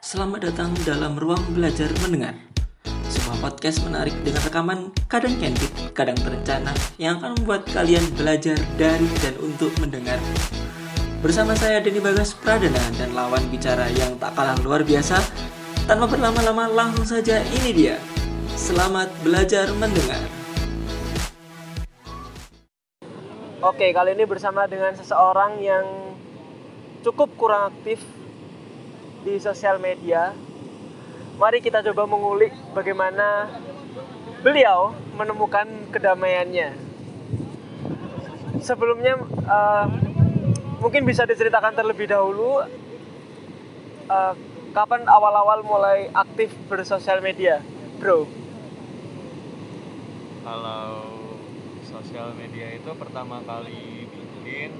Selamat datang dalam Ruang Belajar Mendengar, sebuah podcast menarik dengan rekaman kadang candid, kadang terencana yang akan membuat kalian belajar dari dan untuk mendengar. Bersama saya Denny Bagas Pradana dan lawan bicara yang tak kalah luar biasa. Tanpa berlama-lama langsung saja ini dia. Selamat belajar mendengar. Oke, kali ini bersama dengan seseorang yang cukup kurang aktif di sosial media. Mari kita coba mengulik bagaimana beliau menemukan kedamaiannya. Sebelumnya mungkin bisa diceritakan terlebih dahulu kapan awal-awal mulai aktif bersosial media, bro? Kalau sosial media itu pertama kali bikin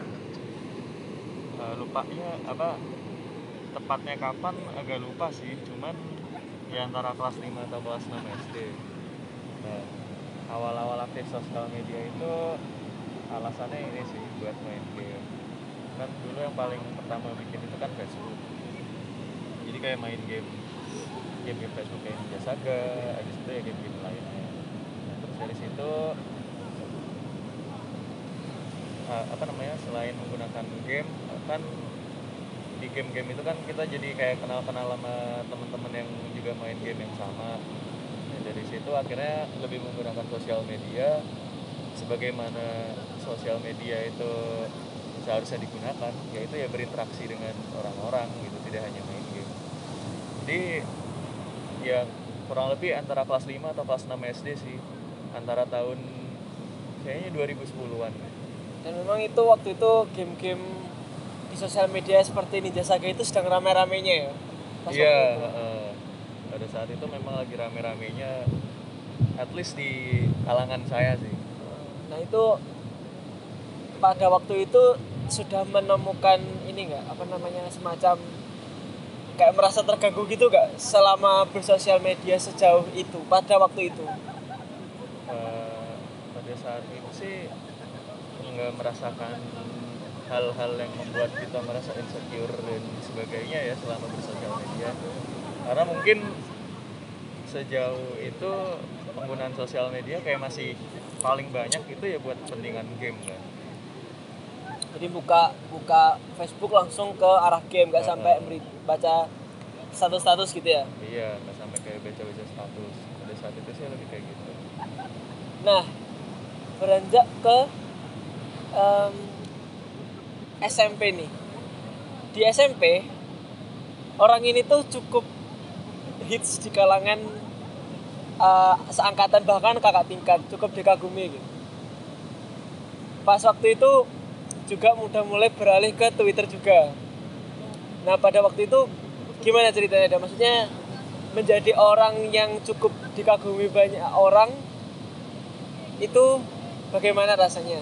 lupanya apa tepatnya kapan agak lupa sih, cuman ya antara kelas 5 atau kelas 6 SD. Nah, awal-awal aktif sosial media itu alasannya ini sih, buat main game. Kan dulu yang paling pertama bikin itu kan Facebook. Jadi kayak main game Facebook kayak Ninja Saga, habis itu ya game-game lainnya. Nah, terus dari situ selain menggunakan game, kan di game-game itu kan kita jadi kayak kenal-kenal sama teman-teman yang juga main game yang sama. Nah, dari situ akhirnya lebih menggunakan sosial media sebagaimana sosial media itu seharusnya digunakan, yaitu ya berinteraksi dengan orang-orang gitu, tidak hanya main game. Jadi ya kurang lebih antara kelas 5 atau kelas 6 SD sih, antara tahun kayaknya 2010-an. Dan memang itu waktu itu game-game di sosial media seperti Ninja Saga itu sedang rame-ramenya ya? Iya, pada saat itu memang lagi rame-ramenya, at least di kalangan saya sih. Nah itu pada waktu itu sudah menemukan ini nggak, semacam kayak merasa terganggu gitu nggak selama bersosial media sejauh itu pada waktu itu? Pada saat itu sih nggak merasakan hal-hal yang membuat kita merasa insecure dan sebagainya ya selama bersosial media, karena mungkin sejauh itu penggunaan sosial media kayak masih paling banyak itu ya buat kepentingan game kan. Jadi buka Facebook langsung ke arah game, nggak sampai baca status-status gitu ya? Iya, nggak sampai kayak baca-baca status. Pada saat itu sih lebih kayak gitu. Nah, beranjak ke SMP nih. Di SMP orang ini tuh cukup hits di kalangan seangkatan, bahkan kakak tingkat, cukup dikagumi gitu. Pas waktu itu juga udah mulai beralih ke Twitter juga. Nah pada waktu itu gimana ceritanya? Maksudnya menjadi orang yang cukup dikagumi banyak orang itu bagaimana rasanya?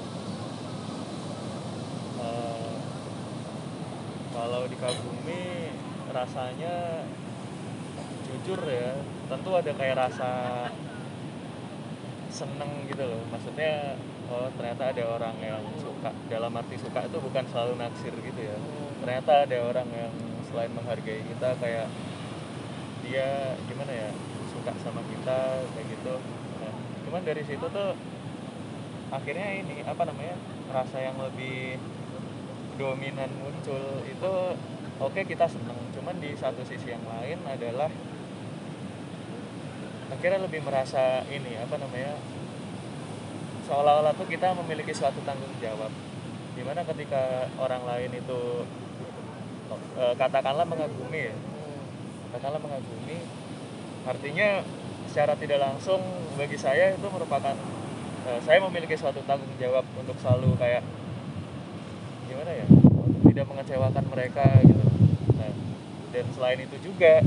Kalau dikagumi rasanya, jujur ya, tentu ada kayak rasa seneng gitu loh. Maksudnya ternyata ada orang yang suka, dalam arti suka itu bukan selalu naksir gitu ya. Ternyata ada orang yang selain menghargai kita, kayak dia gimana ya, suka sama kita kayak gitu. Nah, cuman dari situ tuh akhirnya ini rasa yang lebih dominan muncul itu. Oke, kita seneng, cuman di satu sisi yang lain adalah akhirnya lebih merasa ini seolah-olah tuh kita memiliki suatu tanggung jawab, dimana ketika orang lain itu katakanlah mengagumi, artinya secara tidak langsung bagi saya itu merupakan saya memiliki suatu tanggung jawab untuk selalu kayak gimana ya, untuk tidak mengecewakan mereka gitu. Nah, dan selain itu juga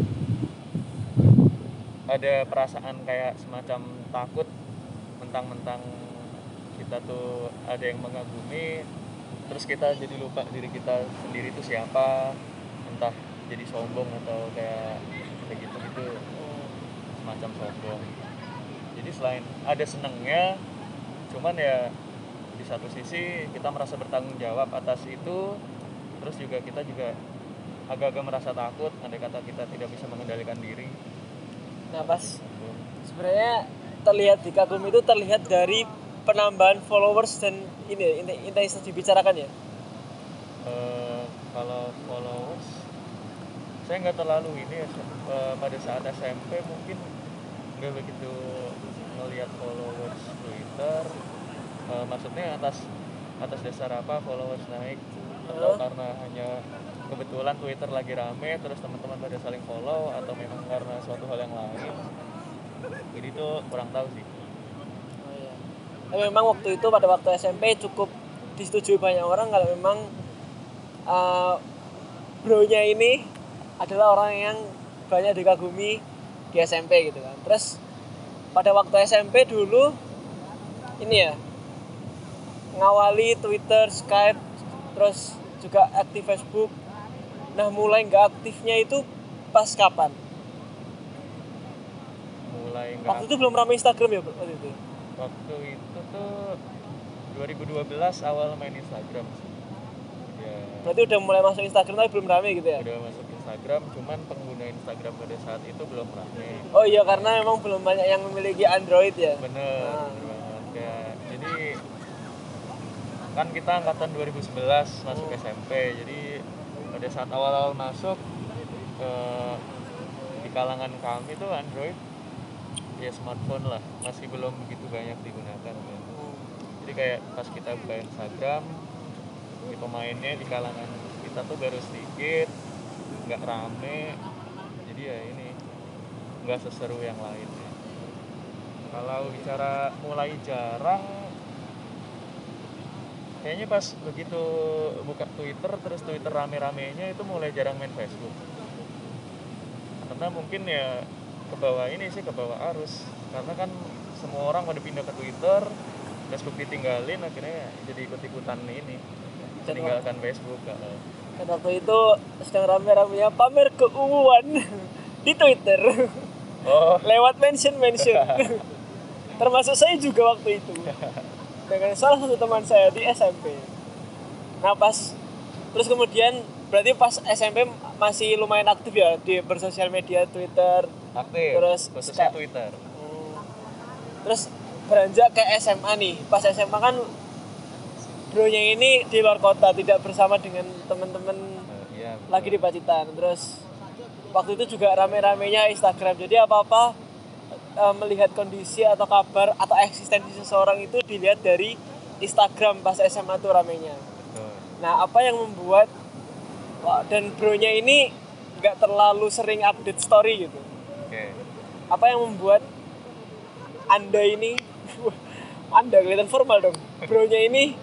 ada perasaan kayak semacam takut, mentang-mentang kita tuh ada yang mengagumi, terus kita jadi lupa diri kita sendiri itu siapa, entah jadi sombong atau kayak gitu, semacam sombong. Jadi selain ada senengnya, cuman ya di satu sisi kita merasa bertanggung jawab atas itu, terus juga kita juga agak-agak merasa takut andai kata kita tidak bisa mengendalikan diri. Nah pas sebenarnya terlihat di Kagum itu terlihat dari penambahan followers dan ini intensitas dibicarakan ya. Kalau followers saya nggak terlalu ini ya, pada saat SMP mungkin nggak begitu melihat followers Twitter, maksudnya atas dasar apa followers naik atau karena hanya kebetulan Twitter lagi rame terus teman-teman pada saling follow atau memang karena suatu hal yang lain, jadi tuh kurang tahu sih. Oh iya. Tapi memang waktu itu pada waktu SMP cukup disetujui banyak orang kalau memang bro-nya ini adalah orang yang banyak dikagumi di SMP gitu kan. Terus pada waktu SMP dulu ini ya ngawali Twitter, Skype, terus juga aktif Facebook. Nah mulai nggak aktifnya itu pas kapan? Mulai nggak Waktu itu belum ramai Instagram ya waktu itu? Waktu itu tuh 2012 awal main Instagram sih. Ya, Berarti udah mulai masuk Instagram tapi belum ramai gitu ya? udah masuk Instagram, cuman pengguna Instagram pada saat itu belum rame. Oh iya karena memang belum banyak yang memiliki Android ya? Bener banget. Kayak, jadi kan kita angkatan 2011 masuk SMP, jadi pada saat awal-awal masuk di kalangan kami tuh Android ya smartphone lah masih belum begitu banyak digunakan kan. Jadi kayak pas kita buka Instagram, di pemainnya di kalangan kita tuh baru sedikit, nggak rame, jadi ya ini nggak seseru yang lainnya. Kalau bicara mulai jarang, kayaknya pas begitu buka Twitter terus Twitter rame-ramenya itu mulai jarang main Facebook. Karena mungkin ya ke bawah ini sih, ke bawah arus. Karena kan semua orang pada pindah ke Twitter, Facebook ditinggalin, akhirnya jadi ikut-ikutan ini, meninggalkan Facebook. Dan waktu itu sedang rame-ramenya pamer keuangan di Twitter. Oh, Lewat mention. Termasuk saya juga waktu itu. Dengan salah satu teman saya di SMP. Nah pas terus kemudian berarti pas SMP masih lumayan aktif ya di bersosial media Twitter. aktif, Terus khususnya Twitter. Terus beranjak ke SMA nih. Pas SMA kan bro-nya ini di luar kota, tidak bersama dengan teman-teman Iya, lagi di Pacitan. Terus waktu itu juga rame-ramenya Instagram. Jadi apa-apa melihat kondisi atau kabar atau eksistensi seseorang itu dilihat dari Instagram pas SMA tuh ramenya. betul. Nah, apa yang membuat dan bro-nya ini nggak terlalu sering update story gitu. Oke. Apa yang membuat Anda ini Anda kelihatan formal dong. Bro-nya ini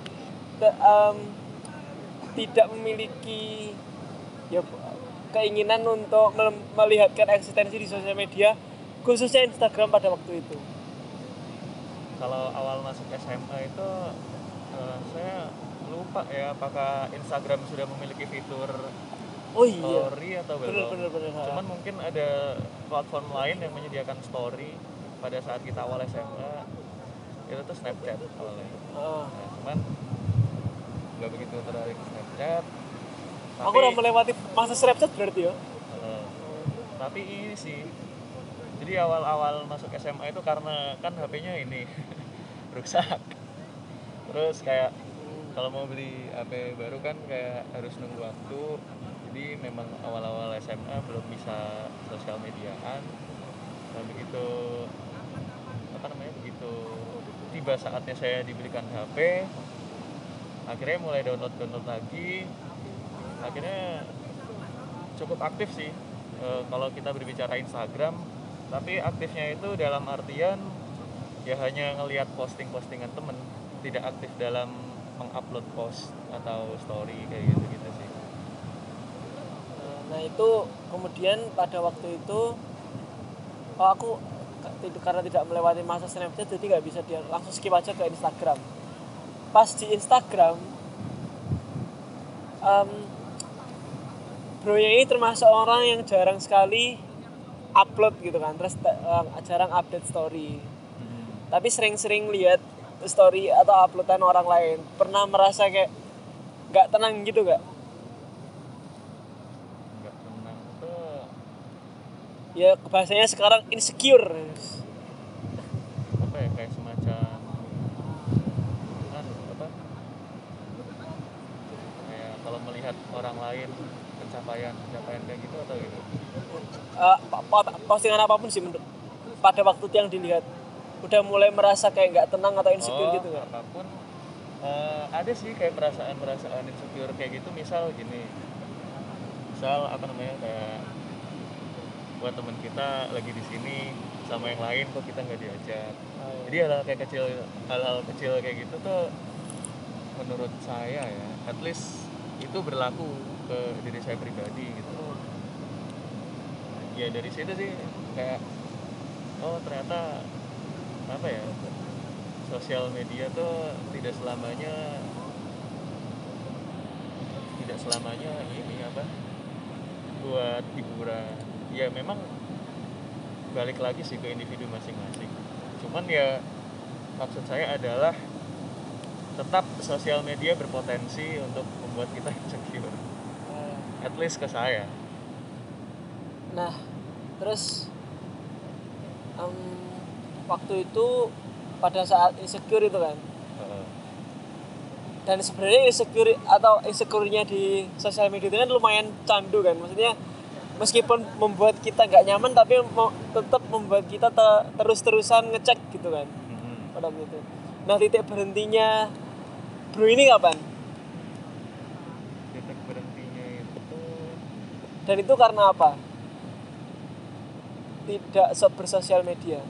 tidak memiliki ya keinginan untuk melihatkan eksistensi di sosial media, khususnya Instagram pada waktu itu. Kalau awal masuk SMA itu saya lupa ya apakah Instagram sudah memiliki fitur Oh iya. story atau belum. Bener. Cuman mungkin ada platform lain yang menyediakan story pada saat kita awal SMA. Itu tuh Snapchat awalnya. Nah, cuman nggak begitu tertarik Snapchat. Aku udah melewati masa Snapchat berarti ya. Tapi ini sih, jadi awal-awal masuk SMA itu karena kan HP-nya ini rusak. Terus kayak kalau mau beli HP baru kan kayak harus nunggu waktu. Jadi memang awal-awal SMA belum bisa sosial mediaan. Dan begitu tiba saatnya saya dibelikan HP, akhirnya mulai download lagi. Akhirnya cukup aktif sih kalau kita berbicara Instagram, tapi aktifnya itu dalam artian ya hanya ngelihat postingan temen, tidak aktif dalam mengupload post atau story kayak gitu sih. Nah itu kemudian pada waktu itu aku karena tidak melewati masa Snapchat jadi nggak bisa dia langsung skip aja ke Instagram. Pas di Instagram bro-nya ini termasuk orang yang jarang sekali upload gitu kan, terus jarang update story. Tapi sering-sering lihat story atau uploadan orang lain. Pernah merasa kayak nggak tenang gitu gak? ya bahasanya sekarang insecure. Apa ya, kayak semacam apa, kayak kalau melihat orang lain pencapaian kayak gitu atau gitu. Postingan apapun sih pada waktu itu yang dilihat udah mulai merasa kayak nggak tenang atau insecure gitu nggak? Apapun ada sih kayak perasaan insecure kayak gitu. Misal gini, apa namanya, kayak buat teman kita lagi di sini sama yang lain kok kita nggak diajak. Jadi hal-hal kecil kayak gitu tuh menurut saya ya, at least itu berlaku ke diri saya pribadi gitu. Ya dari situ sih kayak ternyata apa ya, sosial media tuh tidak selamanya ini apa, buat hiburan. Ya memang balik lagi sih ke individu masing-masing. Cuman ya maksud saya adalah tetap sosial media berpotensi untuk membuat kita insecure. At least ke saya. Nah, terus waktu itu pada saat insecure itu kan, dan sebenarnya insecure-nya di sosial media itu kan lumayan candu kan, maksudnya meskipun membuat kita nggak nyaman tapi tetap membuat kita terus-terusan ngecek gitu kan pada waktu itu. Nah, titik berhentinya bro ini kapan? Titik berhentinya itu, dan itu karena apa? Tidak bersosial media.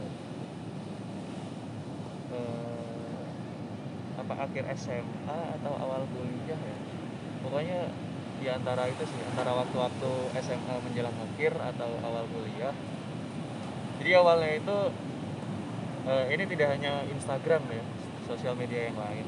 Apa akhir SMA atau awal kuliah ya? Pokoknya di antara itu sih, antara waktu-waktu SMA menjelang akhir atau awal kuliah. Jadi awalnya itu ini tidak hanya Instagram ya, sosial media yang lain.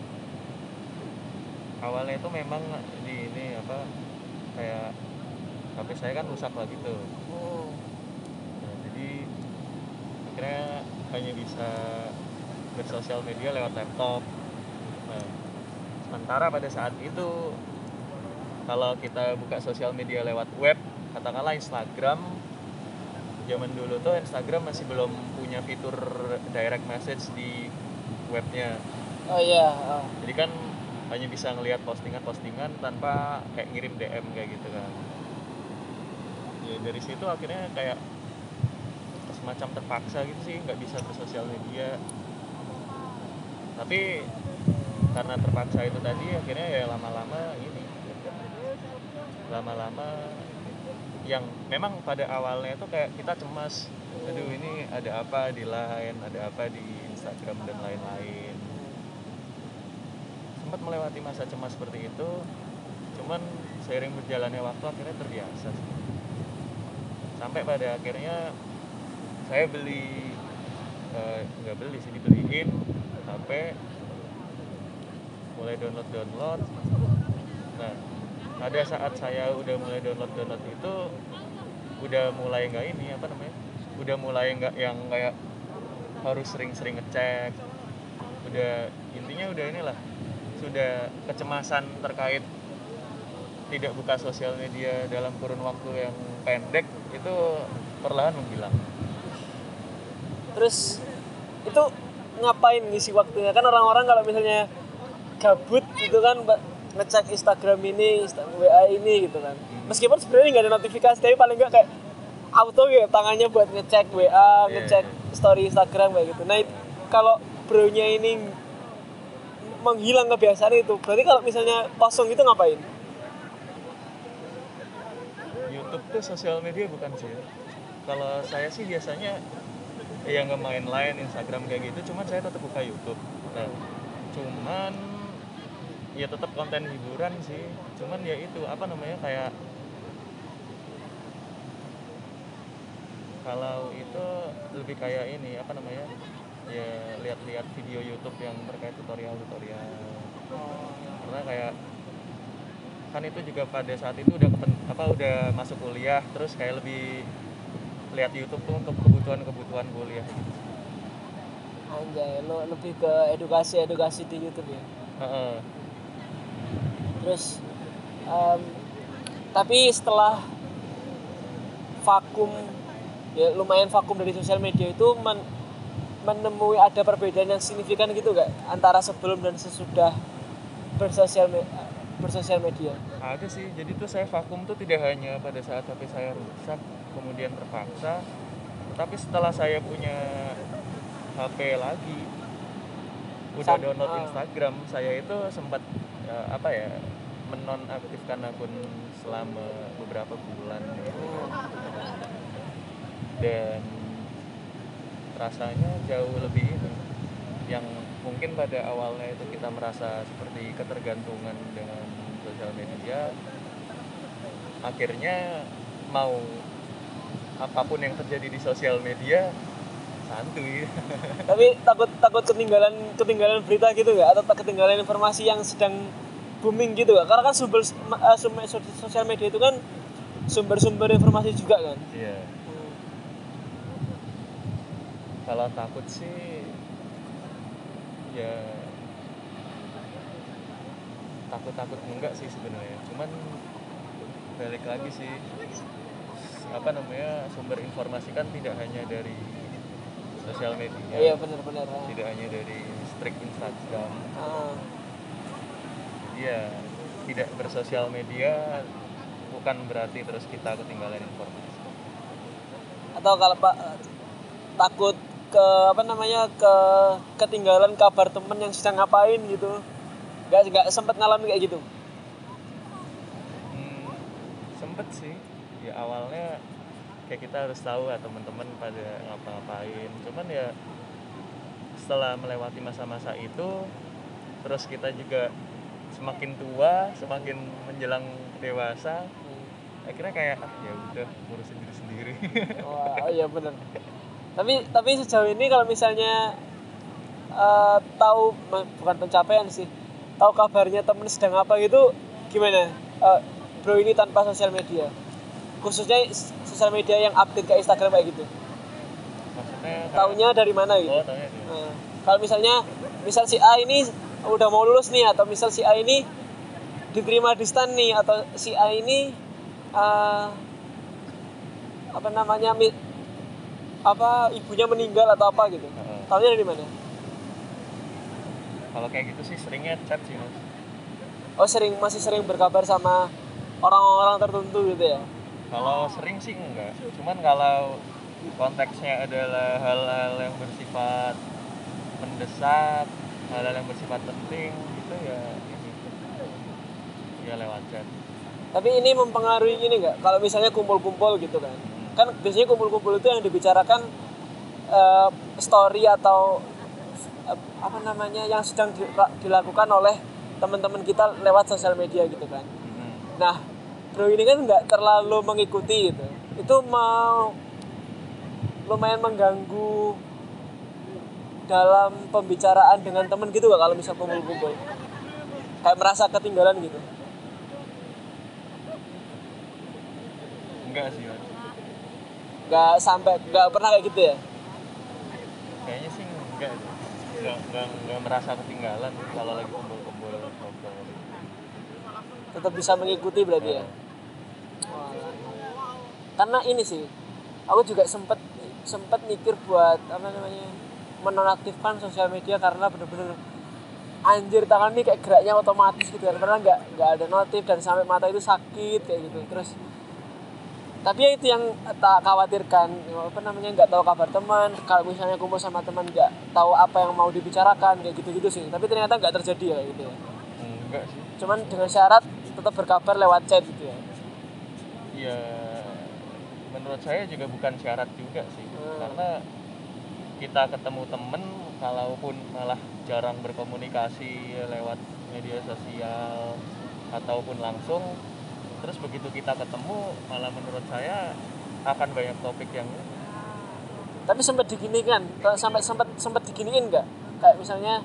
Awalnya itu memang di ini apa, kayak tapi saya kan rusak lah gitu. Nah, jadi akhirnya hanya bisa bersosial media lewat laptop. Nah, sementara pada saat itu kalau kita buka sosial media lewat web, katakanlah Instagram, zaman dulu tuh Instagram masih belum punya fitur direct message di webnya. Oh iya. Jadi kan hanya bisa ngelihat postingan-postingan tanpa kayak ngirim DM kayak gitu kan. Ya dari situ akhirnya kayak semacam terpaksa gitu sih, nggak bisa bersosial media. Tapi karena terpaksa itu tadi, akhirnya ya lama-lama yang memang pada awalnya itu kayak kita cemas, aduh ini ada apa di Line, ada apa di Instagram dan lain-lain. Sempat melewati masa cemas seperti itu, cuman seiring berjalannya waktu akhirnya terbiasa sih. Sampai pada akhirnya saya dibeliin HP, mulai download. Nah, pada saat saya udah mulai download itu, udah mulai nggak yang kayak harus sering-sering ngecek. Intinya sudah kecemasan terkait tidak buka sosial media dalam kurun waktu yang pendek itu perlahan menghilang. Terus itu ngapain ngisi waktunya? Kan orang-orang kalau misalnya gabut gitu kan ngecek Instagram ini, WA ini gitu kan. Meskipun sebenarnya nggak ada notifikasi, tapi paling nggak kayak auto ya tangannya buat ngecek WA, ngecek story Instagram kayak gitu. Nah, kalau bro-nya ini menghilang kebiasaan itu, berarti kalau misalnya kosong itu ngapain? YouTube tuh sosial media bukan sih? Kalau saya sih biasanya nggak main Line, Instagram kayak gitu, cuman saya tetap buka YouTube. Nah, cuman ya tetap konten hiburan sih, cuman ya itu kayak kalau itu lebih kayak ini ya lihat-lihat video YouTube yang terkait tutorial karena kayak kan itu juga pada saat itu udah masuk kuliah, terus kayak lebih lihat YouTube tuh untuk kebutuhan kuliah gitu. Anjay, lo lebih ke edukasi di YouTube ya. Terus tapi setelah vakum ya lumayan vakum dari sosial media itu menemui ada perbedaan yang signifikan gitu gak antara sebelum dan sesudah bersosial media? Ada sih, jadi tuh saya vakum tuh tidak hanya pada saat HP saya rusak kemudian terpaksa, tapi setelah saya punya HP lagi udah download Instagram, saya itu sempat menonaktifkan akun selama beberapa bulan gitu. Dan rasanya jauh lebih ini, yang mungkin pada awalnya itu kita merasa seperti ketergantungan dengan sosial media, akhirnya mau apapun yang terjadi di sosial media santuy. Tapi takut ketinggalan berita gitu gak, atau ketinggalan informasi yang sedang booming gitu gak? Karena kan sumber sosial media itu kan sumber informasi juga kan. Iya. Kalau takut sih ya takut enggak sih sebenarnya, cuman balik lagi sih sumber informasi kan tidak hanya dari sosial media. Iya benar. Tidak hanya dari strik Instagram. Iya, tidak bersosial media bukan berarti terus kita ketinggalan informasi. Atau kalau Pak takut ketinggalan kabar temen yang sedang ngapain gitu, nggak sempet ngalamin kayak gitu? Sempet sih, ya awalnya kayak kita harus tahu teman-teman pada ngapa-ngapain, cuman ya setelah melewati masa-masa itu, terus kita juga semakin tua, semakin menjelang dewasa, akhirnya kayak ya udah ngurusin diri sendiri. Oh iya benar. Tapi sejauh ini kalau misalnya tahu, bukan pencapaian sih, tahu kabarnya temen sedang apa gitu, gimana bro ini tanpa sosial media, khususnya sosial media yang update ke Instagram kayak gitu? Maksudnya taunya dari mana gitu? Taunya kalau misal si A ini udah mau lulus nih, atau misal si A ini diterima di STAN nih, atau si A ini ibunya meninggal atau apa gitu, taunya dari mana? Kalau kayak gitu sih seringnya chat sih mas. Oh masih sering berkabar sama orang-orang tertentu gitu ya? Kalau sering sih enggak, cuman kalau konteksnya adalah hal-hal yang bersifat mendesak, hal-hal yang bersifat penting gitu ya lewat chat. Tapi ini mempengaruhi ini nggak? Kalau misalnya kumpul-kumpul gitu kan, kan biasanya kumpul-kumpul itu yang dibicarakan story atau yang sedang dilakukan oleh teman-teman kita lewat sosial media gitu kan. Nah, bro ini kan nggak terlalu mengikuti gitu. Itu lumayan mengganggu dalam pembicaraan dengan teman gitu gak kalau misal kumpul-kumpul? Kayak merasa ketinggalan gitu? Enggak sih mas. Nggak pernah kayak gitu ya? Kayaknya sih enggak sih. Enggak merasa ketinggalan kalau lagi kumpul-kumpul ngobrol. Tetap bisa mengikuti berarti ya? Karena ini sih, aku juga sempat mikir buat menonaktifkan sosial media, karena bener-bener anjir tangan ini kayak geraknya otomatis gitu kan, karena nggak ada notif dan sampai mata itu sakit kayak gitu. Terus tapi ya itu yang tak khawatirkan, nggak tahu kabar teman, kalau misalnya kumpul sama teman nggak tahu apa yang mau dibicarakan kayak gitu sih. Tapi ternyata nggak terjadi ya gitu ya? Enggak sih, cuman dengan syarat tetap berkabar lewat chat gitu ya? Iya, menurut saya juga bukan syarat juga sih. Karena kita ketemu temen, kalaupun malah jarang berkomunikasi lewat media sosial ataupun langsung, terus begitu kita ketemu, malah menurut saya akan banyak topik yang tapi sempat diginikan, sempat diginiin nggak? Kayak misalnya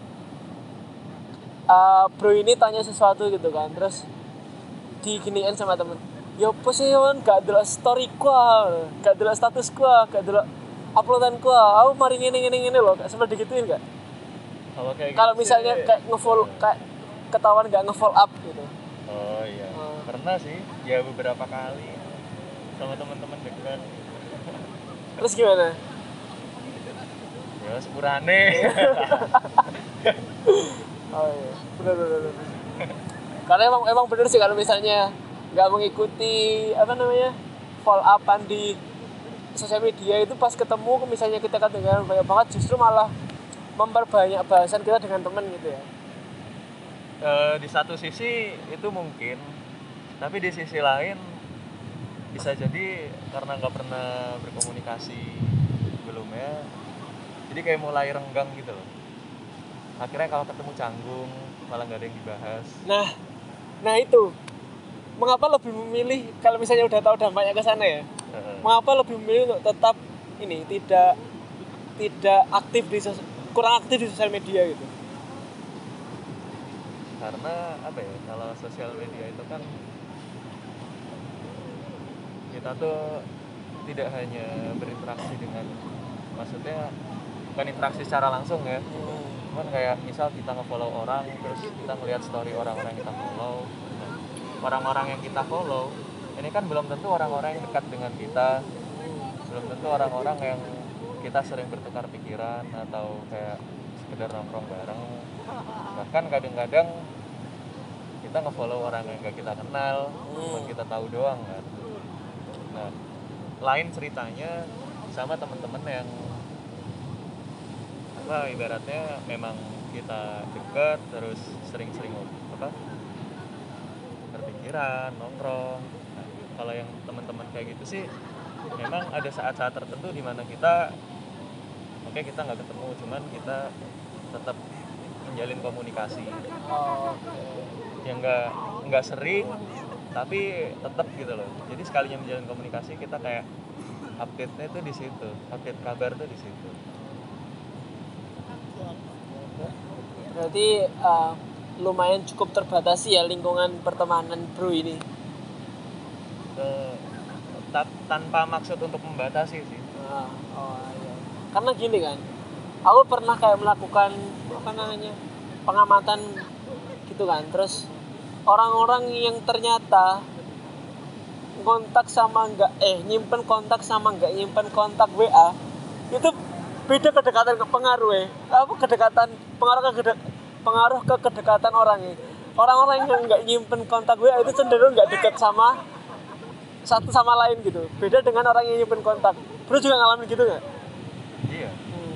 bro ini tanya sesuatu gitu kan, terus diginiin sama temen, ya apa sih kan gak delok story gua, gak delok status gua, gak delok uploadan gua, aku mari ngene loh, sempat digituin nggak? Kalau misalnya kayak nge-follow, kayak ketahuan nggak nge-follow up gitu? Oh iya, pernah sih, ya beberapa kali sama teman-teman dekat. Terus gimana? Ya sepurane. Oh iya, benar. Karena emang bener sih kalau misalnya nggak mengikuti apa namanya follow upan di sosial media itu pas ketemu misalnya kita kedengaran banyak banget justru malah memperbanyak bahasan kita dengan teman gitu ya. Di satu sisi itu mungkin, tapi di sisi lain bisa jadi karena nggak pernah berkomunikasi sebelumnya, jadi kayak mulai renggang gitu loh. Akhirnya kalau ketemu canggung, malah nggak ada yang dibahas. Nah itu mengapa lebih memilih kalau misalnya udah tahu dampaknya ke sana ya? Mengapa lebih memilih untuk tetap ini tidak aktif kurang aktif di sosial media gitu? Karena apa ya, kalau sosial media itu kan kita tuh tidak hanya berinteraksi dengan, maksudnya bukan interaksi secara langsung ya, cuman kayak misal kita nge-follow orang, terus kita ngeliat story orang-orang yang kita follow. Nah, orang-orang yang kita follow ini kan belum tentu orang-orang yang dekat dengan kita, belum tentu orang-orang yang kita sering bertukar pikiran atau kayak sekedar nongkrong bareng. Bahkan kadang-kadang kita nge-follow orang yang gak kita kenal, cuma kita tahu doang kan. Nah, lain ceritanya sama teman-teman yang apa ibaratnya memang kita dekat, terus sering-sering berpikiran, nongkrong. Nah, kalau yang teman-teman kayak gitu sih memang ada saat-saat tertentu di mana kita kita nggak ketemu, cuman kita tetap menjalin komunikasi. Yang nggak sering tapi tetap gitu loh. Jadi sekalinya menjalin komunikasi kita kayak update-nya tuh di situ, update kabar tuh di situ. Berarti lumayan cukup terbatasi ya lingkungan pertemanan bro ini. Tanpa maksud untuk membatasi sih. Iya. Karena gini kan, aku pernah kayak melakukan pengamatan gitu kan, terus orang-orang yang ternyata kontak sama nyimpen kontak sama nggak nyimpen kontak WA itu beda kedekatan pengaruh ke kedekatan orangnya. Orang-orang yang nggak nyimpen kontak WA itu cenderung nggak dekat sama satu sama lain gitu. Beda dengan orang yang nyimpen kontak. Bro juga ngalamin gitu nggak? Iya.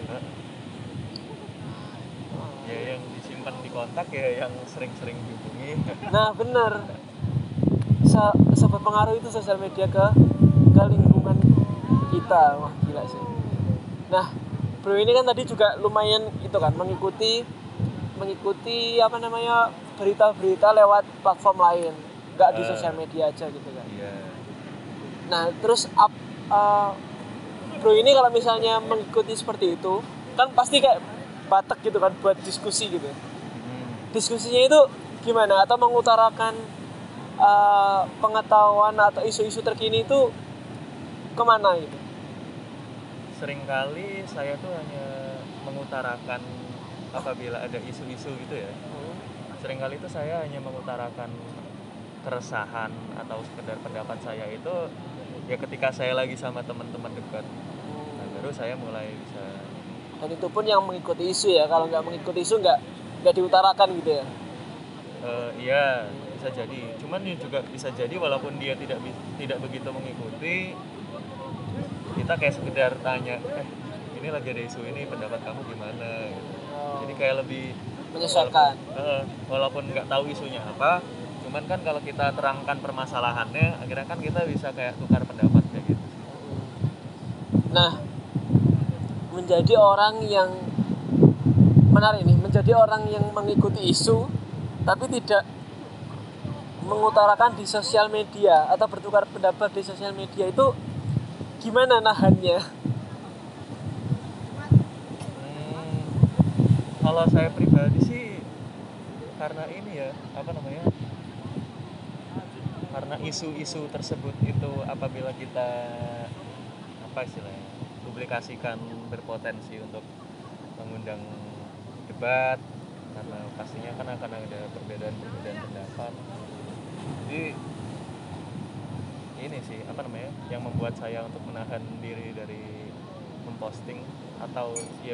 Ya yang disimpan di kontak ya yang sering-sering dihubungi. Nah bener. Seberpengaruh itu sosial media ke lingkungan kita. Wah gila sih. Nah bro ini kan tadi juga lumayan itu kan mengikuti berita-berita lewat platform lain, nggak di sosial media aja gitu kan. Iya. Nah terus bro ini kalau misalnya mengikuti seperti itu kan pasti kayak batek gitu kan buat diskusi gitu. Diskusinya itu gimana, atau mengutarakan pengetahuan atau isu-isu terkini itu kemana gitu? Seringkali saya tuh hanya mengutarakan apabila ada isu-isu gitu ya. Seringkali itu saya hanya mengutarakan keresahan atau sekedar pendapat saya itu ya ketika saya lagi sama teman-teman dekat. Nah, baru saya mulai bisa. Dan itu pun yang mengikuti isu ya, kalau nggak mengikuti isu nggak diutarakan gitu ya? Iya bisa jadi. Cuman ya juga bisa jadi walaupun dia tidak begitu mengikuti, kita kayak sekedar tanya, ini lagi ada isu ini, pendapat kamu gimana? Gitu. Jadi kayak lebih menyesuaikan. Walaupun nggak tahu isunya apa, cuman kan kalau kita terangkan permasalahannya, akhirnya kan kita bisa kayak tukar pendapat kayak gitu. Nah, menjadi orang yang menarik nih, menjadi orang yang mengikuti isu tapi tidak mengutarakan di sosial media atau bertukar pendapat di sosial media itu gimana nahannya? Kalau saya pribadi sih karena ini ya, karena isu-isu tersebut itu apabila kita publikasikan berpotensi untuk mengundang debat, karena pastinya kan akan ada perbedaan pendapat. Jadi ini sih yang membuat saya untuk menahan diri dari memposting atau ya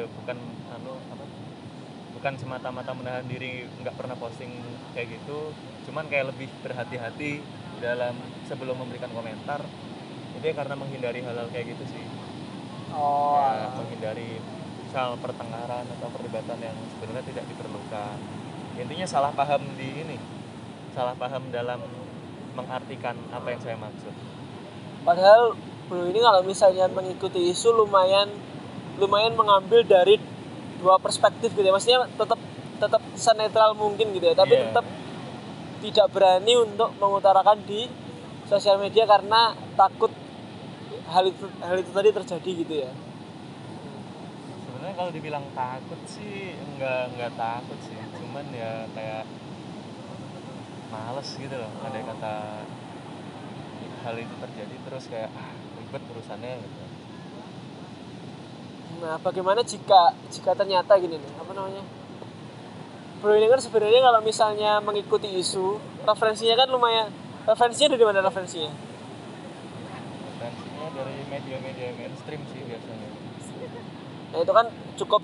bukan semata-mata menahan diri nggak pernah posting kayak gitu, cuman kayak lebih berhati-hati dalam sebelum memberikan komentar. Itu ya karena menghindari hal-hal kayak gitu sih. Kayak menghindari misal pertengkaran atau perdebatan yang sebenarnya tidak diperlukan. Intinya salah paham dalam mengartikan apa yang saya maksud. Padahal bro ini kalau misalnya mengikuti isu lumayan mengambil dari dua perspektif gitu ya. Maksudnya tetap senetral mungkin gitu ya, tapi tetap tidak berani untuk mengutarakan di sosial media karena takut hal itu tadi terjadi gitu ya. Sebenarnya kalau dibilang takut sih enggak takut sih, cuman ya kayak males gitu loh. Ada kata hal itu terjadi terus kayak ribet urusannya gitu. Nah, bagaimana jika ternyata gini nih, apa namanya? Bro ini kan sebenarnya kalau misalnya mengikuti isu, referensinya kan lumayan. Referensinya dari mana referensinya? Referensinya dari media-media mainstream sih biasanya. Nah, itu kan cukup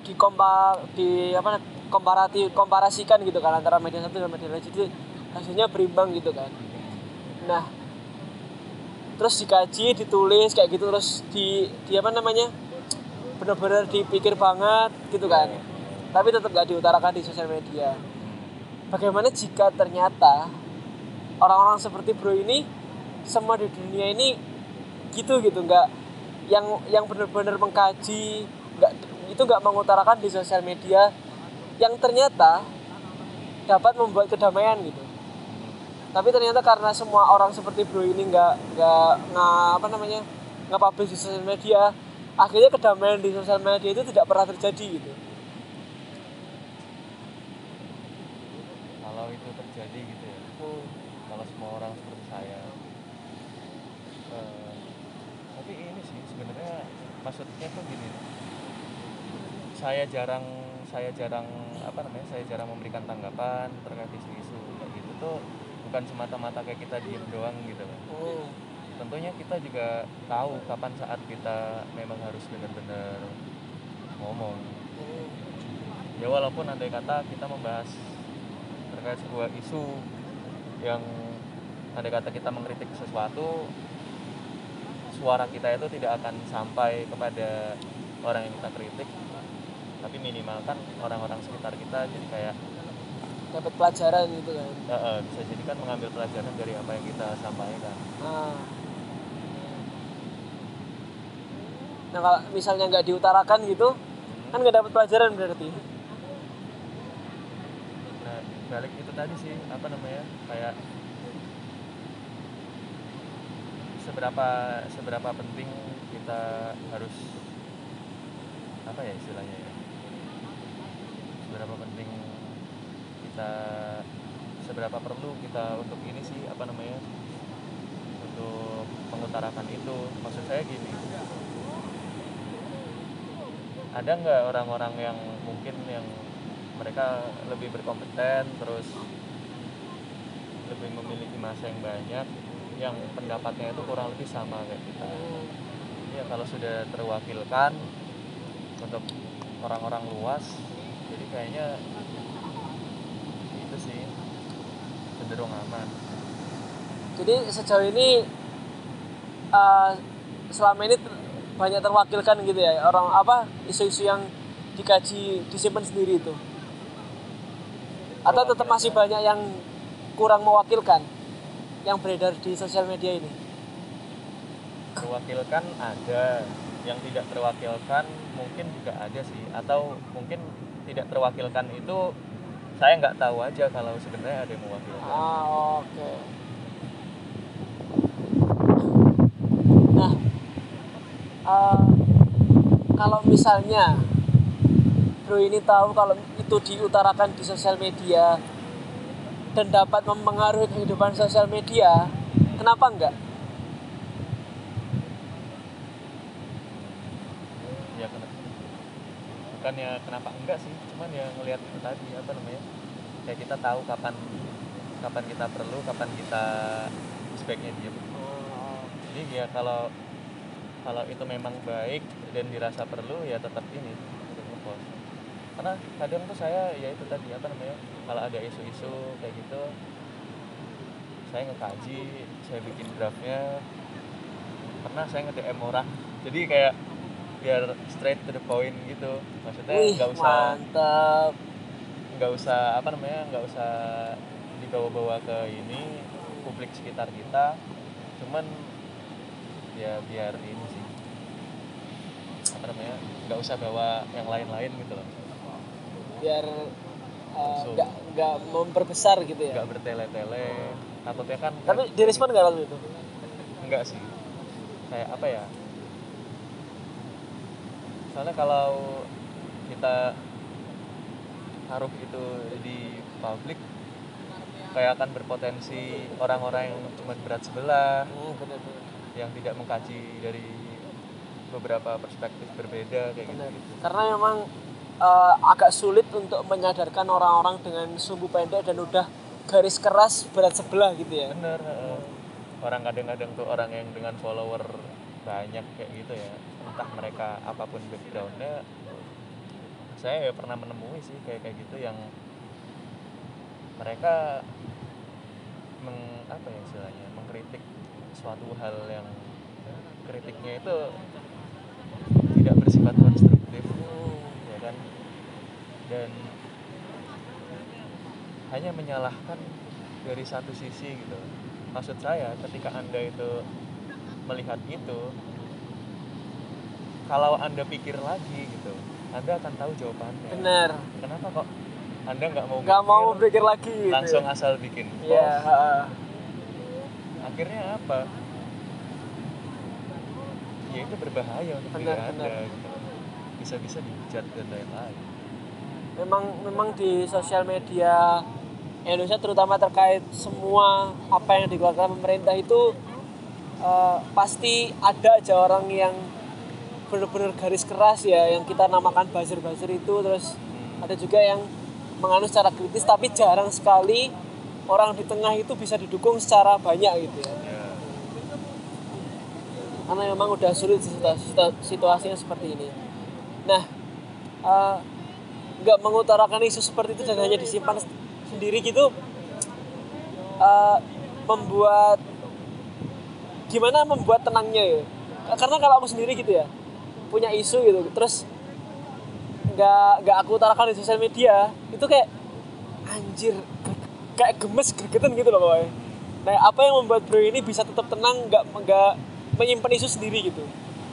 komparasikan gitu kan antara media satu dan media lain. Jadi hasilnya berimbang gitu kan. Nah, terus dikaji, ditulis kayak gitu, terus di apa namanya? Benar-benar dipikir banget gitu kan. Tapi tetap gak diutarakan di sosial media. Bagaimana jika ternyata orang-orang seperti bro ini semua di dunia ini gitu nggak yang benar-benar mengkaji, nggak mengutarakan di sosial media, yang ternyata dapat membuat kedamaian gitu. Tapi ternyata karena semua orang seperti bro ini nggak publish di sosial media, akhirnya kedamaian di sosial media itu tidak pernah terjadi gitu. Kalau itu terjadi gitu ya, kalau semua orang seperti saya, tapi ini sih sebenarnya maksudnya tuh gini, saya jarang memberikan tanggapan terkait isu-isu kayak gitu tuh bukan semata-mata kayak kita diem doang gitu kan. Tentunya kita juga tahu kapan saat kita memang harus benar-benar ngomong. Ya walaupun andai kata kita membahas terkait sebuah isu yang andai kata kita mengkritik sesuatu, suara kita itu tidak akan sampai kepada orang yang kita kritik, tapi minimal kan orang-orang sekitar kita jadi kayak dapat pelajaran gitu kan. Bisa jadi kan mengambil pelajaran dari apa yang kita sampaikan. Nah kalau misalnya nggak diutarakan gitu, kan nggak dapat pelajaran berarti. Nah balik itu tadi sih kayak seberapa penting kita harus istilahnya ya, seberapa perlu kita untuk ini sih untuk mengutarakan itu. Maksud saya gini, ada nggak orang-orang yang mungkin yang mereka lebih berkompeten, terus lebih memiliki masa yang banyak, yang pendapatnya itu kurang lebih sama kayak kita. Ya kalau sudah terwakilkan untuk orang-orang luas, jadi kayaknya itu sih cenderung aman. Jadi sejauh ini selama ini banyak terwakilkan gitu ya isu-isu yang dikaji disimpan sendiri itu, atau tetap masih banyak yang kurang mewakilkan yang beredar di sosial media ini? Terwakilkan ada, yang tidak terwakilkan mungkin juga ada sih, atau mungkin tidak terwakilkan itu saya nggak tahu aja kalau sebenarnya ada yang mewakilkan. Oke. Nah, kalau misalnya bro ini tahu kalau itu diutarakan di sosial media dan dapat mempengaruhi kehidupan sosial media, kenapa enggak? Ya bukannya kenapa enggak sih, cuman ya ngelihat itu tadi kayak kita tahu kapan kita perlu, kapan kita sebaiknya diam. Jadi ya kalau kalau itu memang baik dan dirasa perlu ya tetap ini tetap ngepost. Karena kadang tuh saya ya itu tadi apa namanya, kalau ada isu-isu kayak gitu saya ngekaji, saya bikin draftnya, pernah saya nge-DM orang jadi kayak biar straight to the point gitu, maksudnya Mantap. nggak usah apa namanya, nggak usah dibawa-bawa ke ini publik sekitar kita, cuman ya biar ini sih apa namanya, nggak usah bawa yang lain-lain gitu loh, Biar Langsung. nggak memperbesar gitu ya. nggak bertele-tele takutnya kan. Tapi direspon nggak waktu itu? Enggak sih, kayak apa ya, soalnya kalau kita taruh itu di publik kayak akan berpotensi orang-orang yang cuma berat sebelah, Benar-benar. yang tidak mengkaji dari beberapa perspektif berbeda kayak Benar. gitu. Karena memang agak sulit untuk menyadarkan orang-orang dengan sumbu pendek dan udah garis keras berat sebelah gitu ya. Bener, orang kadang-kadang tuh orang yang dengan follower banyak kayak gitu ya, entah mereka apapun backgroundnya, saya ya pernah menemui sih kayak gitu yang mereka apa ya istilahnya, mengkritik suatu hal yang kritiknya itu tidak bersifat konstruktif, ya kan, dan hanya menyalahkan dari satu sisi gitu. Maksud saya ketika Anda itu melihat itu, kalau Anda pikir lagi gitu, Anda akan tahu jawabannya. Benar. Kenapa kok Anda nggak mau pikir lagi gitu. langsung asal bikin post? Iya. Akhirnya apa? Ya itu berbahaya untuk diri Anda gitu. Bisa-bisa dihujat dan lain-lain. Memang di sosial media Indonesia terutama terkait semua apa yang dikeluarkan pemerintah itu pasti ada aja orang yang benar-benar garis keras ya, yang kita namakan buzzer-buzzer itu, terus ada juga yang menganut secara kritis, tapi jarang sekali orang di tengah itu bisa didukung secara banyak gitu ya. Karena memang udah sulit situasinya seperti ini. Nah, nggak mengutarakan isu seperti itu dan hanya disimpan sendiri gitu, gimana membuat tenangnya ya. Karena kalau aku sendiri gitu ya, punya isu gitu, terus nggak aku utarakan di sosial media, itu kayak anjir, kayak gemes gregetan gitu loh pokoknya. Nah, apa yang membuat bro ini bisa tetap tenang, nggak menyimpan isu sendiri gitu?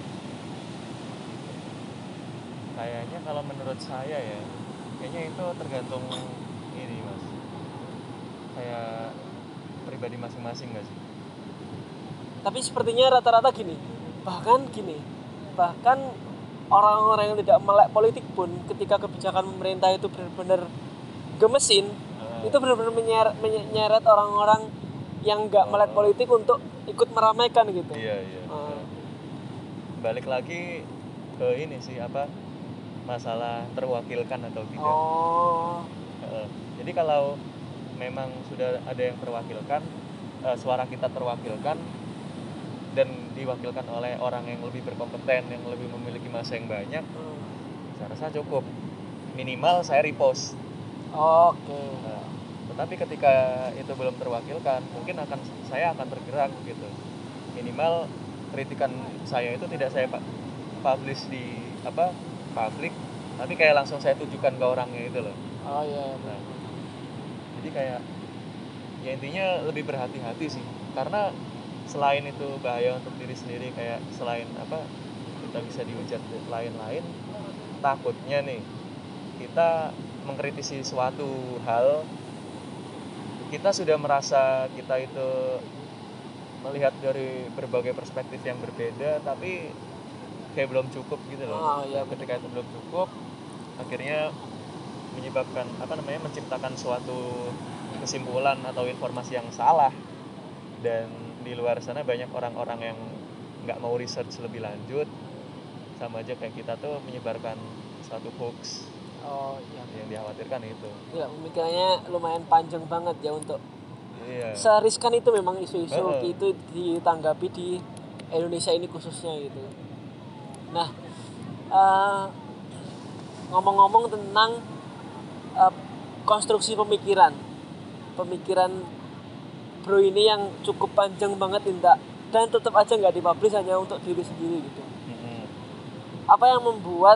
Kayaknya kalau menurut saya ya, kayaknya itu tergantung ini mas, kayak pribadi masing-masing nggak sih? Tapi sepertinya rata-rata gini, bahkan orang-orang yang tidak melek politik pun ketika kebijakan pemerintah itu benar-benar gemesin, itu benar-benar menyeret orang-orang yang nggak melek politik untuk ikut meramaikan gitu. Iya. Balik lagi ke ini sih, apa, masalah terwakilkan atau tidak. Jadi kalau memang sudah ada yang terwakilkan, suara kita terwakilkan dan diwakilkan oleh orang yang lebih berkompeten, yang lebih memiliki masa yang banyak, saya rasa cukup. Minimal saya repost. Nah, tetapi ketika itu belum terwakilkan, mungkin saya akan bergerak gitu. Minimal kritikan saya itu tidak saya publish di publik, tapi kayak langsung saya tujukan ke orangnya itu loh. Nah, jadi kayak ya intinya lebih berhati-hati sih, karena selain itu bahaya untuk diri sendiri, kayak selain kita bisa dihujat lain-lain, takutnya nih kita mengkritisi suatu hal, kita sudah merasa kita itu melihat dari berbagai perspektif yang berbeda, tapi kayak belum cukup gitu loh. Ketika itu belum cukup, akhirnya menyebabkan menciptakan suatu kesimpulan atau informasi yang salah, dan di luar sana banyak orang-orang yang nggak mau research lebih lanjut, sama aja kayak kita tuh menyebarkan suatu hoax. Yang dikhawatirkan itu. Ya, pemikirannya lumayan panjang banget ya untuk Iya. seriskan itu memang isu-isu itu ditanggapi di Indonesia ini khususnya gitu. Nah, ngomong-ngomong tentang konstruksi pemikiran bro ini yang cukup panjang banget Inta, dan tetap aja nggak dipublish hanya untuk diri sendiri gitu. Apa yang membuat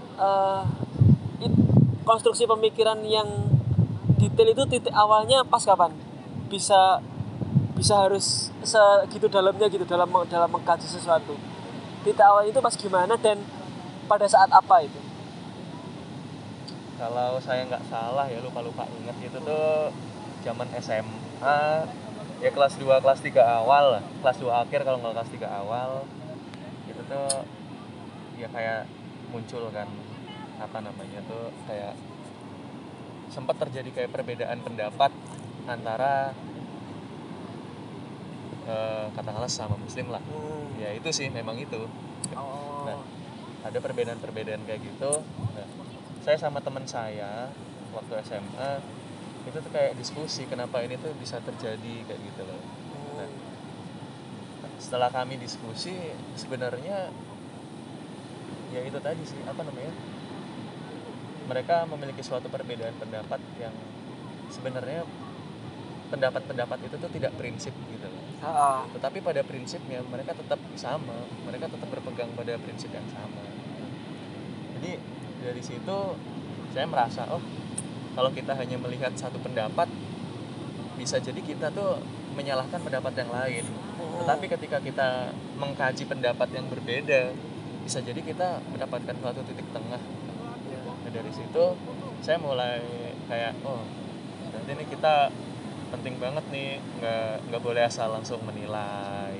konstruksi pemikiran yang detail itu titik awalnya pas kapan bisa harus segitu dalamnya gitu dalam mengkaji sesuatu? Titik awal itu pas gimana dan pada saat apa itu? Kalau saya nggak salah ya, lupa inget itu tuh zaman SMA ya, kelas 2 kelas 3 awal lah, kelas 2 akhir kalau nggak kelas 3 awal itu tuh ya kayak muncul kan apa namanya tuh, kayak sempat terjadi kayak perbedaan pendapat antara katakanlah sama muslim lah. Ya itu sih memang itu. Nah, ada perbedaan kayak gitu. Nah, saya sama teman saya waktu SMA itu tuh kayak diskusi kenapa ini tuh bisa terjadi kayak gitu loh. Nah, setelah kami diskusi sebenarnya ya itu tadi sih, apa namanya, mereka memiliki suatu perbedaan pendapat yang sebenarnya pendapat-pendapat itu tuh tidak prinsip gitu loh. Tetapi pada prinsipnya mereka tetap sama, mereka tetap berpegang pada prinsip yang sama. Jadi dari situ saya merasa, oh kalau kita hanya melihat satu pendapat bisa jadi kita tuh menyalahkan pendapat yang lain. Tetapi ketika kita mengkaji pendapat yang berbeda, bisa jadi kita mendapatkan suatu titik tengah. Nah, dari situ saya mulai kayak, oh berarti ini kita penting banget nih, nggak boleh asal langsung menilai.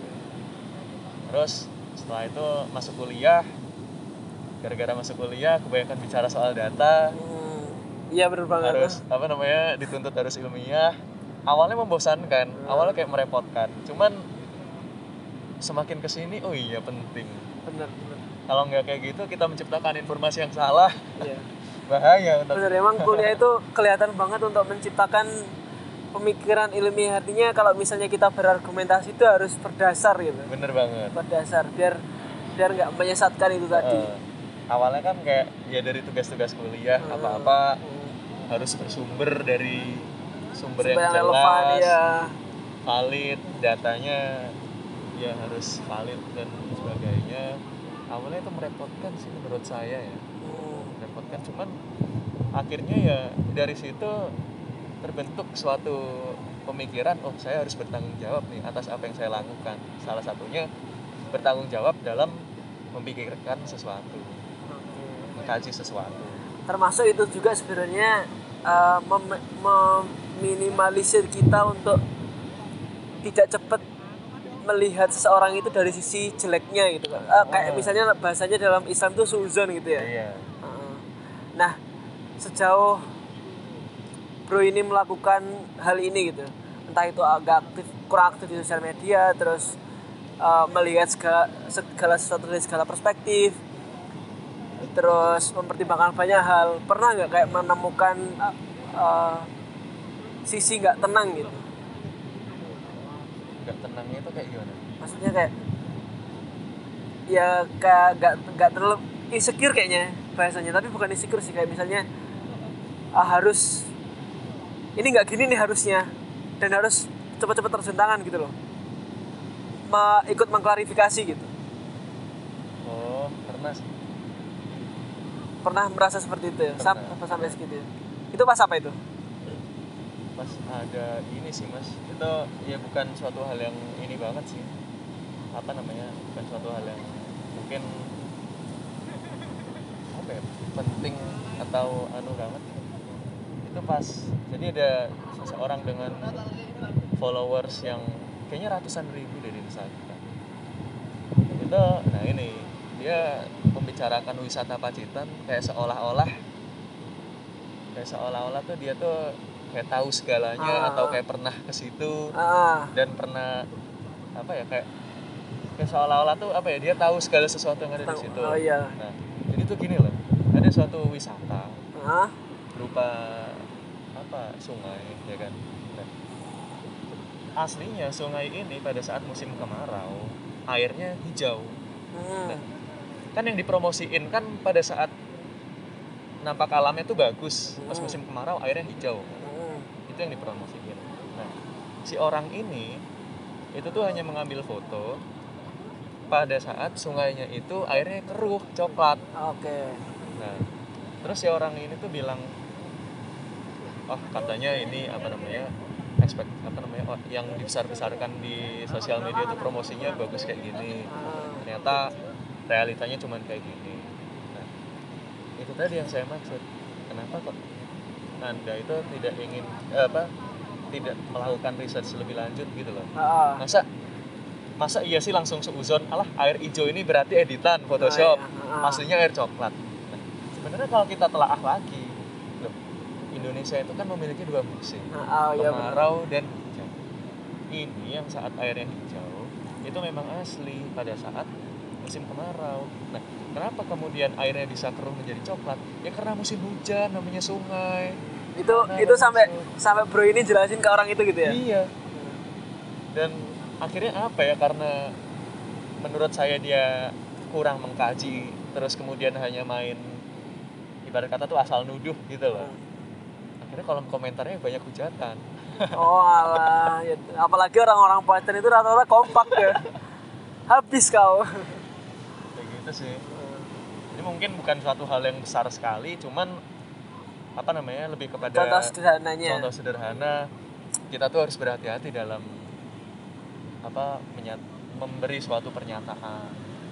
Terus setelah itu masuk kuliah, gara-gara masuk kuliah kebanyakan bicara soal data. Iya benar banget. Harus apa namanya, dituntut harus ilmiah. Awalnya membosankan, awalnya kayak merepotkan. Cuman semakin kesini, oh iya penting. Benar. Kalau nggak kayak gitu kita menciptakan informasi yang salah. Iya. Bahaya. Benar, emang kuliah itu kelihatan banget untuk menciptakan pemikiran ilmiah. Artinya kalau misalnya kita berargumentasi itu harus berdasar gitu. Bener banget. Berdasar biar nggak menyesatkan itu tadi. Awalnya kan kayak ya dari tugas-tugas kuliah apa-apa harus bersumber dari sumber yang jelas, relevan, ya. Valid, datanya ya harus valid dan sebagainya. Awalnya itu merepotkan sih menurut saya ya. Merepotkan, cuman akhirnya ya dari situ terbentuk suatu pemikiran, oh saya harus bertanggung jawab nih atas apa yang saya lakukan. Salah satunya bertanggung jawab dalam memikirkan sesuatu, mengkaji sesuatu. Termasuk itu juga sebenarnya meminimalisir kita untuk tidak cepat melihat seseorang itu dari sisi jeleknya gitu kan. Kayak misalnya bahasanya dalam Islam itu suuzon gitu ya. Iya. Nah, sejauh bro ini melakukan hal ini gitu, entah itu kurang aktif di sosial media, terus melihat segala sesuatu dari segala perspektif, terus mempertimbangkan banyak hal, pernah nggak kayak menemukan sisi nggak tenang gitu? Nggak tenangnya itu kayak gimana? Maksudnya kayak ya kayak nggak terlalu insecure kayaknya bahasanya, tapi bukan insecure sih, kayak misalnya harus ini nggak gini nih harusnya, dan harus cepat-cepat tersentangan gitu loh, ikut mengklarifikasi gitu. Oh, pernah sih. Pernah merasa seperti itu ya? Sampai segitu ya? Itu pas apa itu? Pas ada ini sih mas, itu ya bukan suatu hal yang ini banget sih, apa namanya, bukan suatu hal yang mungkin apa ya, penting atau anu banget. Itu pas, jadi ada seseorang dengan followers yang kayaknya ratusan ribu dari Instagram. Itu, nah ini dia membicarakan wisata Pacitan kayak seolah-olah tuh dia tuh kayak tahu segalanya, atau kayak pernah ke situ dan pernah apa ya, kayak seolah-olah tuh apa ya, dia tahu segala sesuatu yang ada di situ. Iya. Nah, jadi tuh gini loh, ada suatu wisata berupa apa, sungai ya kan. Nah, aslinya sungai ini pada saat musim kemarau airnya hijau. Hmm. Nah, kan yang dipromosiin kan pada saat nampak alamnya tuh bagus, pas musim kemarau airnya hijau. Itu yang dipromosiin. Nah, si orang ini itu tuh hanya mengambil foto pada saat sungainya itu airnya keruh, coklat. Oke. Nah, terus si orang ini tuh bilang, oh katanya ini yang dibesar-besarkan di sosial media tuh promosinya bagus kayak gini. Ternyata realitanya cuma kayak gini. Nah, itu tadi yang saya maksud. Kenapa kok Anda itu tidak ingin tidak melakukan research lebih lanjut gitu loh. Masa iya sih langsung seuzon, alah air hijau ini berarti editan Photoshop, aslinya air coklat. Nah, sebenarnya kalau kita telaah lagi, loh, Indonesia itu kan memiliki 2 musim, kemarau dan hujan. Ini yang saat airnya hijau itu memang asli pada saat musim kemarau. Nah, kenapa kemudian airnya bisa keruh menjadi coklat? Ya karena musim hujan, namanya sungai. Itu sampai bro ini jelasin ke orang itu gitu ya? Iya. Dan akhirnya apa ya, karena menurut saya dia kurang mengkaji, terus kemudian hanya main ibarat kata tuh asal nuduh gitu loh. Akhirnya kolom komentarnya banyak hujatan. Oh alah, ya, apalagi orang-orang Python itu rata-rata kompak ya. Habis kau. Kayak gitu sih. Ini mungkin bukan suatu hal yang besar sekali, cuman lebih kepada contoh sederhananya. Contoh sederhana, kita tuh harus berhati-hati dalam memberi suatu pernyataan.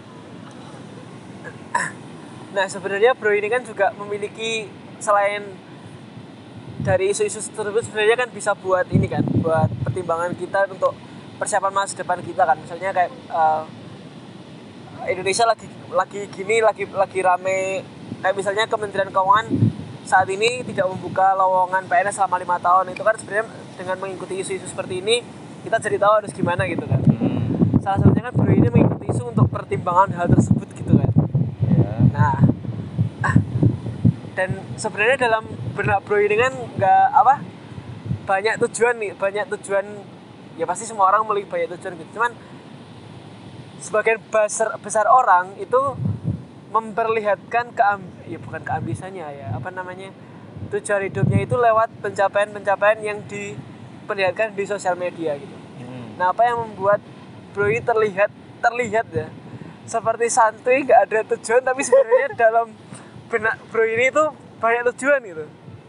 Nah sebenarnya bro ini kan juga memiliki, selain dari isu-isu tersebut sebenarnya kan bisa buat ini kan, buat pertimbangan kita untuk persiapan masa depan kita kan. Misalnya kayak Indonesia lagi rame, kayak misalnya Kementerian Keuangan saat ini tidak membuka lowongan PNS selama 5 tahun. Itu kan sebenarnya dengan mengikuti isu-isu seperti ini kita jadi tahu harus gimana gitu kan. Salah satunya kan bro ini mengikuti isu untuk pertimbangan hal tersebut gitu kan. Nah, dan sebenarnya dalam benak bro ini kan banyak tujuan ya, pasti semua orang memiliki banyak tujuan gitu. Cuman sebagian besar orang itu memperlihatkan bukan keambisannya ya, tujuan hidupnya itu lewat pencapaian yang diperlihatkan di sosial media gitu. Nah, apa yang membuat bro ini terlihat ya seperti santuy, nggak ada tujuan, tapi sebenarnya dalam benak bro ini itu banyak tujuan gitu.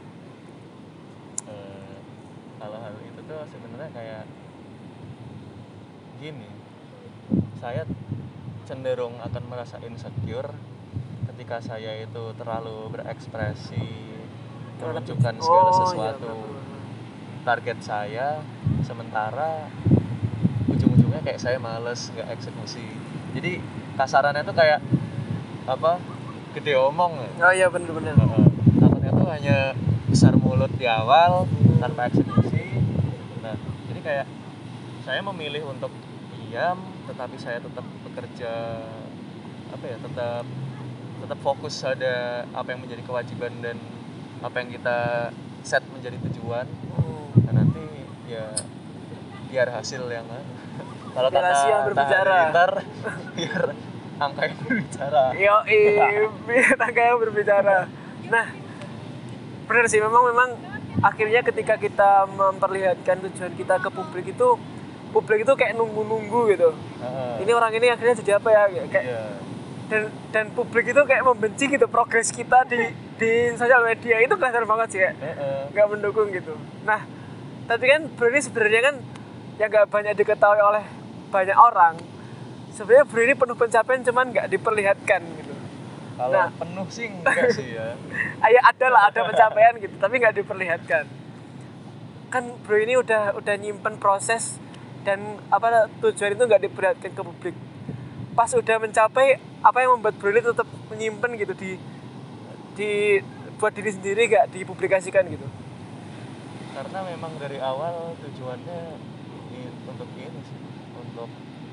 Kalau hal itu tuh sebenarnya kayak gini, saya cenderung akan merasa insecure ketika saya itu terlalu berekspresi, menunjukkan segala sesuatu target saya, sementara ujung-ujungnya kayak saya males, nggak eksekusi. Jadi kasarannya tuh kayak gede omong. Oh iya bener-bener. Takutnya tuh hanya besar mulut di awal tanpa eksekusi. Nah, jadi kayak saya memilih untuk diam, tetapi saya tetap bekerja, tetap fokus pada apa yang menjadi kewajiban dan apa yang kita set menjadi tujuan. Nah, nanti ya biar hasil yang kalau kata yang berbicara. Biar angka yang berbicara. Biar angka yang berbicara. Nah, benar sih, memang akhirnya ketika kita memperlihatkan tujuan kita ke publik itu kayak nunggu gitu. Ini orang ini akhirnya jadi apa ya? Kayak dan publik itu kayak membenci gitu progres kita di sosial media. Itu kelihatan banget sih kayak nggak mendukung gitu. Nah, tapi kan ini sebenarnya kan yang nggak banyak diketahui oleh banyak orang. Sebenarnya bro ini penuh pencapaian, cuman nggak diperlihatkan gitu. Kalau penuh sih enggak sih ya. Ada pencapaian gitu, tapi nggak diperlihatkan. Kan bro ini udah nyimpen proses dan tujuan itu nggak diperlihatkan ke publik. Pas udah mencapai, apa yang membuat bro ini tetap menyimpan gitu di buat diri sendiri, nggak dipublikasikan gitu? Karena memang dari awal tujuannya untuk ini sih, untuk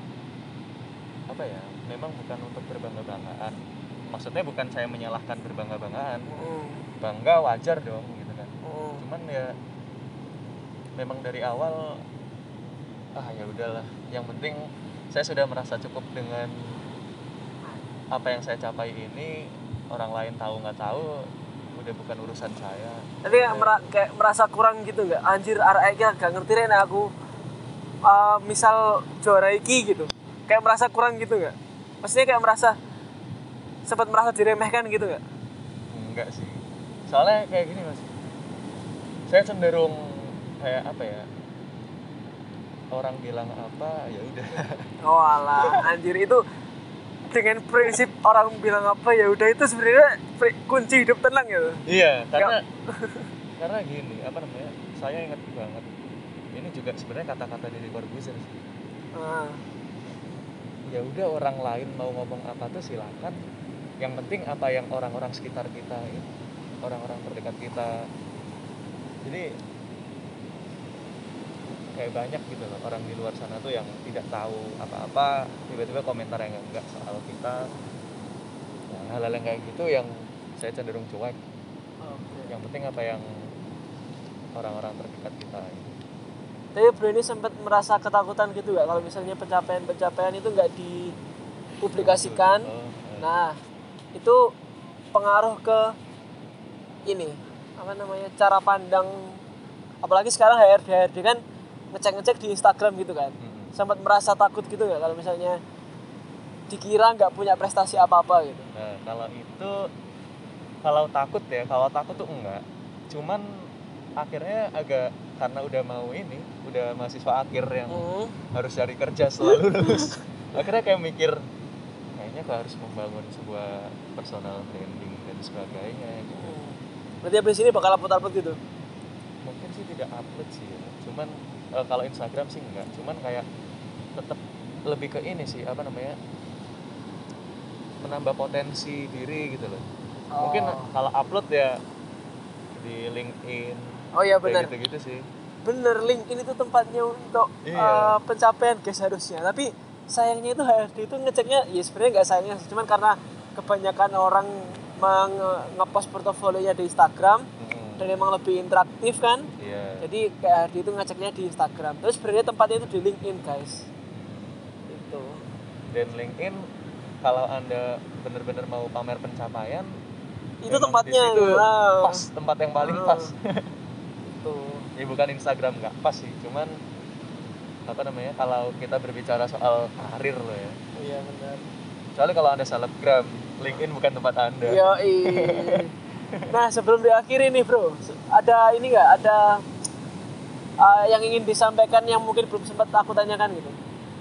memang bukan untuk berbangga-banggaan. Maksudnya bukan saya menyalahkan berbangga-banggaan. Bangga wajar dong gitu kan. Cuman ya memang dari awal ya udahlah, yang penting saya sudah merasa cukup dengan apa yang saya capai ini. Orang lain tahu nggak tahu udah bukan urusan saya. Tapi kayak merasa kurang gitu nggak? Anjir arek gak ngerti deh aku misal juara iki gitu. Kayak merasa kurang gitu nggak? Maksudnya kayak sempat merasa diremehkan gitu nggak? Enggak sih. Soalnya kayak gini Mas. Saya cenderung kayak apa ya? Orang bilang apa ya udah. Oh alah, anjir itu dengan prinsip orang bilang apa ya udah itu sebenarnya kunci hidup tenang gitu. Iya, karena gini, apa namanya? Saya ingat banget. Ini juga sebenarnya kata-kata dari Corbuzier sih. Ya udah orang lain mau ngomong apa tuh silakan. Yang penting apa yang orang-orang sekitar kita ini, orang-orang terdekat kita. Jadi kayak banyak gitu loh orang di luar sana tuh yang tidak tahu apa-apa, tiba-tiba komentar yang enggak soal kita. Nah, hal-hal yang kayak gitu yang saya cenderung cuek. Yang penting apa yang orang-orang terdekat kita. Tapi bro ini sempat merasa ketakutan gitu gak kalau misalnya pencapaian itu nggak dipublikasikan? Nah itu pengaruh ke ini apa namanya cara pandang, apalagi sekarang HRD kan ngecek di Instagram gitu kan. Sempat merasa takut gitu gak kalau misalnya dikira nggak punya prestasi apa-apa gitu? Nah kalau takut tuh enggak, cuman akhirnya agak karena udah mahasiswa akhir yang harus cari kerja setelah lulus. Akhirnya kayak mikir kayaknya aku harus membangun sebuah personal branding dan sebagainya gitu. Berarti abis ini bakal upload gitu? Mungkin sih tidak upload sih ya. Cuman kalau Instagram sih enggak. Cuman kayak tetap lebih ke ini sih apa namanya? Menambah potensi diri gitu loh. Mungkin kalau upload ya di LinkedIn. Oh iya benar. Gitu-gitu sih. Bener, LinkedIn itu tempatnya untuk pencapaian guys harusnya. Tapi sayangnya itu HRD itu ngeceknya ya sebenarnya nggak sayangnya, cuman karena kebanyakan orang ngepost portofolionya di Instagram dan emang lebih interaktif kan. Jadi HRD itu ngeceknya di Instagram. Terus sebenarnya tempatnya itu di LinkedIn guys. Itu. Dan LinkedIn kalau Anda benar-benar mau pamer pencapaian itu tempatnya itu pas, tempat yang paling pas. Tuh. Ya bukan Instagram nggak pas sih, cuman apa namanya kalau kita berbicara soal karir loh ya. Iya benar. Soalnya kalau Anda selebgram, LinkedIn bukan tempat Anda. Nah sebelum diakhiri nih bro, ada ini nggak ada yang ingin disampaikan yang mungkin belum sempat aku tanyakan gitu?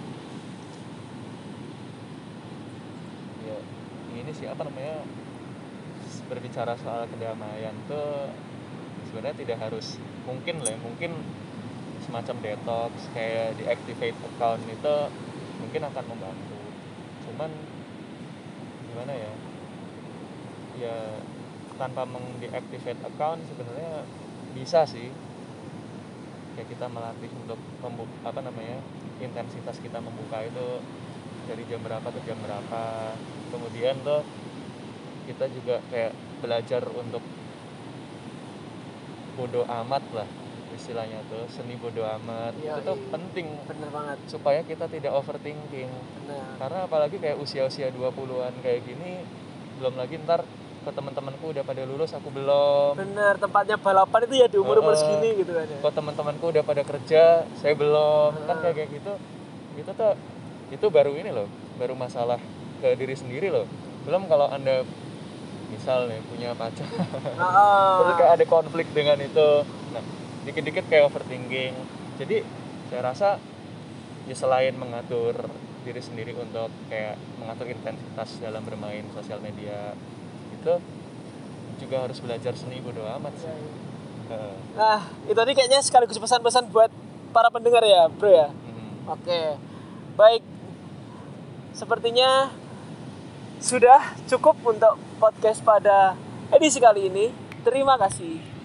Ya ini sih apa namanya berbicara soal kedamaian tuh sebenarnya tidak harus mungkin semacam detox kayak deactivate account itu mungkin akan membantu. Cuman gimana ya tanpa mengdeactivate account sebenarnya bisa sih kayak kita melatih untuk intensitas kita membuka itu dari jam berapa ke jam berapa. Kemudian tuh kita juga kayak belajar untuk bodo amat lah istilahnya tuh, seni bodo amat. Itu tuh penting. Bener banget. Supaya kita tidak overthinking. Karena apalagi kayak usia-usia 20-an kayak gini, belum lagi ntar ke teman-temanku udah pada lulus, aku belum. Bener, tempatnya balapan itu ya di umur-umur segini gitu kan ya. Kok teman-temanku udah pada kerja, saya belum. Kan kayak gitu. Itu tuh itu baru ini loh, baru masalah ke diri sendiri loh. Belum kalau Anda misal nih punya pacar terus kayak ada konflik dengan itu, nah dikit-dikit kayak overthinking. Jadi saya rasa ya selain mengatur diri sendiri untuk kayak mengatur intensitas dalam bermain sosial media, itu juga harus belajar seni bodo amat sih. Nah itu tadi kayaknya sekaligus pesan-pesan buat para pendengar ya bro ya. Oke, baik, sepertinya sudah cukup untuk podcast pada edisi kali ini. Terima kasih.